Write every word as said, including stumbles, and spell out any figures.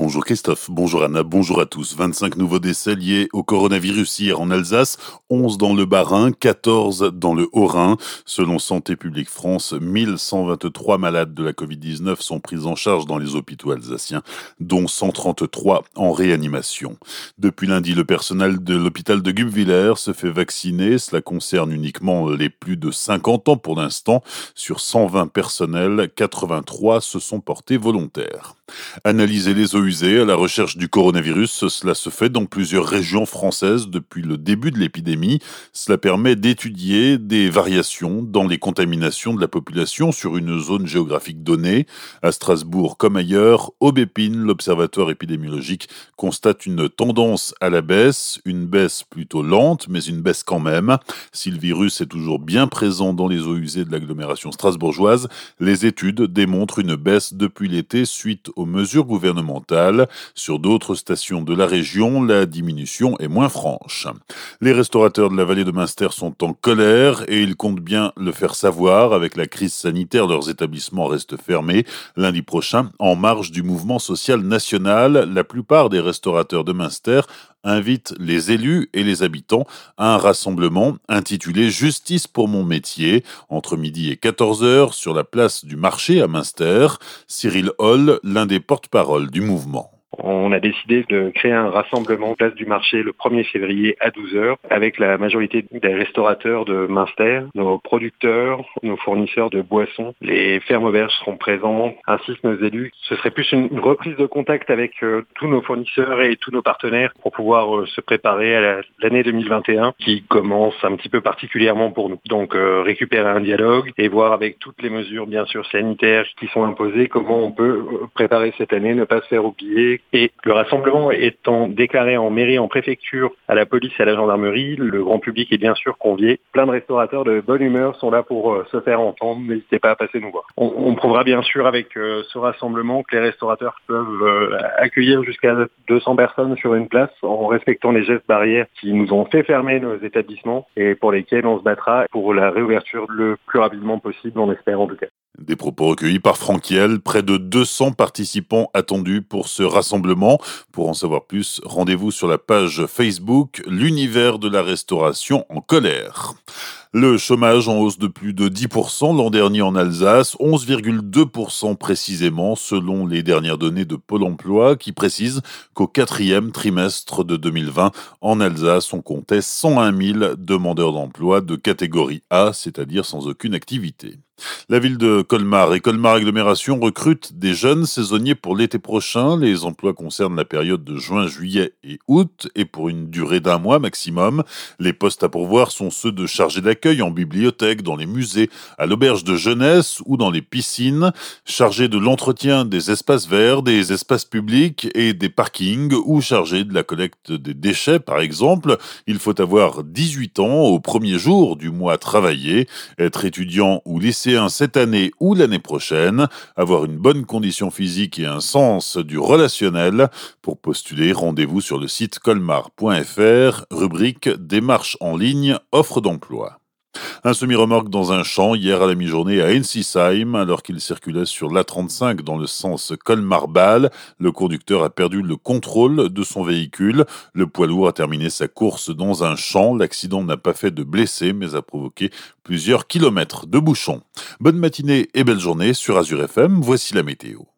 Bonjour Christophe, bonjour Anna, bonjour à tous. vingt-cinq nouveaux décès liés au coronavirus hier en Alsace, onze dans le Bas-Rhin, quatorze dans le Haut-Rhin. Selon Santé publique France, mille cent vingt-trois malades de la covid dix-neuf sont pris en charge dans les hôpitaux alsaciens, dont cent trente-trois en réanimation. Depuis lundi, le personnel de l'hôpital de Guebwiller se fait vacciner. Cela concerne uniquement les plus de cinquante ans pour l'instant. Sur cent vingt personnels, quatre-vingt-trois se sont portés volontaires. Analyser les eaux usées à la recherche du coronavirus, cela se fait dans plusieurs régions françaises depuis le début de l'épidémie. Cela permet d'étudier des variations dans les contaminations de la population sur une zone géographique donnée. À Strasbourg comme ailleurs, Aubépine, l'observatoire épidémiologique, constate une tendance à la baisse, une baisse plutôt lente, mais une baisse quand même. Si le virus est toujours bien présent dans les eaux usées de l'agglomération strasbourgeoise, les études démontrent une baisse depuis l'été suite aux mesures gouvernementales. Sur d'autres stations de la région, la diminution est moins franche. Les restaurateurs de la vallée de Münster sont en colère et ils comptent bien le faire savoir. Avec la crise sanitaire, leurs établissements restent fermés. Lundi prochain, en marge du mouvement social national, la plupart des restaurateurs de Münster invitent les élus et les habitants à un rassemblement intitulé « Justice pour mon métier » entre midi et quatorze heures sur la place du marché à Münster. Cyril Holl, l'un des porte-parole du mouvement. On a décidé de créer un rassemblement place du marché le premier février à douze heures avec la majorité des restaurateurs de Münster, nos producteurs, nos fournisseurs de boissons. Les fermes auberges seront présents, ainsi que nos élus. Ce serait plus une reprise de contact avec euh, tous nos fournisseurs et tous nos partenaires pour pouvoir euh, se préparer à la, l'année deux mille vingt et un qui commence un petit peu particulièrement pour nous. Donc euh, récupérer un dialogue et voir avec toutes les mesures bien sûr sanitaires qui sont imposées comment on peut euh, préparer cette année, ne pas se faire oublier. Et le rassemblement étant déclaré en mairie, en préfecture, à la police et à la gendarmerie, le grand public est bien sûr convié. Plein de restaurateurs de bonne humeur sont là pour euh, se faire entendre. N'hésitez pas à passer nous voir. On, on prouvera bien sûr avec euh, ce rassemblement que les restaurateurs peuvent euh, accueillir jusqu'à deux cents personnes sur une place en respectant les gestes barrières qui nous ont fait fermer nos établissements et pour lesquels on se battra pour la réouverture le plus rapidement possible, on espère en tout cas. Des propos recueillis par Franck Hiel, près de deux cents participants attendus pour ce rassemblement. Pour en savoir plus, rendez-vous sur la page Facebook L'univers de la restauration en colère. Le chômage en hausse de plus de dix pour cent l'an dernier en Alsace, onze virgule deux pour cent précisément selon les dernières données de Pôle emploi qui précisent qu'au quatrième trimestre de deux mille vingt, en Alsace, on comptait cent un mille demandeurs d'emploi de catégorie A, c'est-à-dire sans aucune activité. La ville de Colmar et Colmar Agglomération recrutent des jeunes saisonniers pour l'été prochain. Les emplois concernent la période de juin, juillet et août et pour une durée d'un mois maximum. Les postes à pourvoir sont ceux de chargé d'accueil en bibliothèque, dans les musées, à l'auberge de jeunesse ou dans les piscines, chargé de l'entretien des espaces verts, des espaces publics et des parkings ou chargé de la collecte des déchets par exemple. Il faut avoir dix-huit ans au premier jour du mois travaillé, être étudiant ou lycéen cette année ou l'année prochaine, avoir une bonne condition physique et un sens du relationnel. Pour postuler, rendez-vous sur le site colmar point f r, rubrique démarche en ligne, offre d'emploi. Un semi-remorque dans un champ hier à la mi-journée à Ensisheim, alors qu'il circulait sur l'A trente-cinq dans le sens Colmar-Bâle. Le conducteur a perdu le contrôle de son véhicule. Le poids lourd a terminé sa course dans un champ. L'accident n'a pas fait de blessés, mais a provoqué plusieurs kilomètres de bouchons. Bonne matinée et belle journée sur Azure F M. Voici la météo.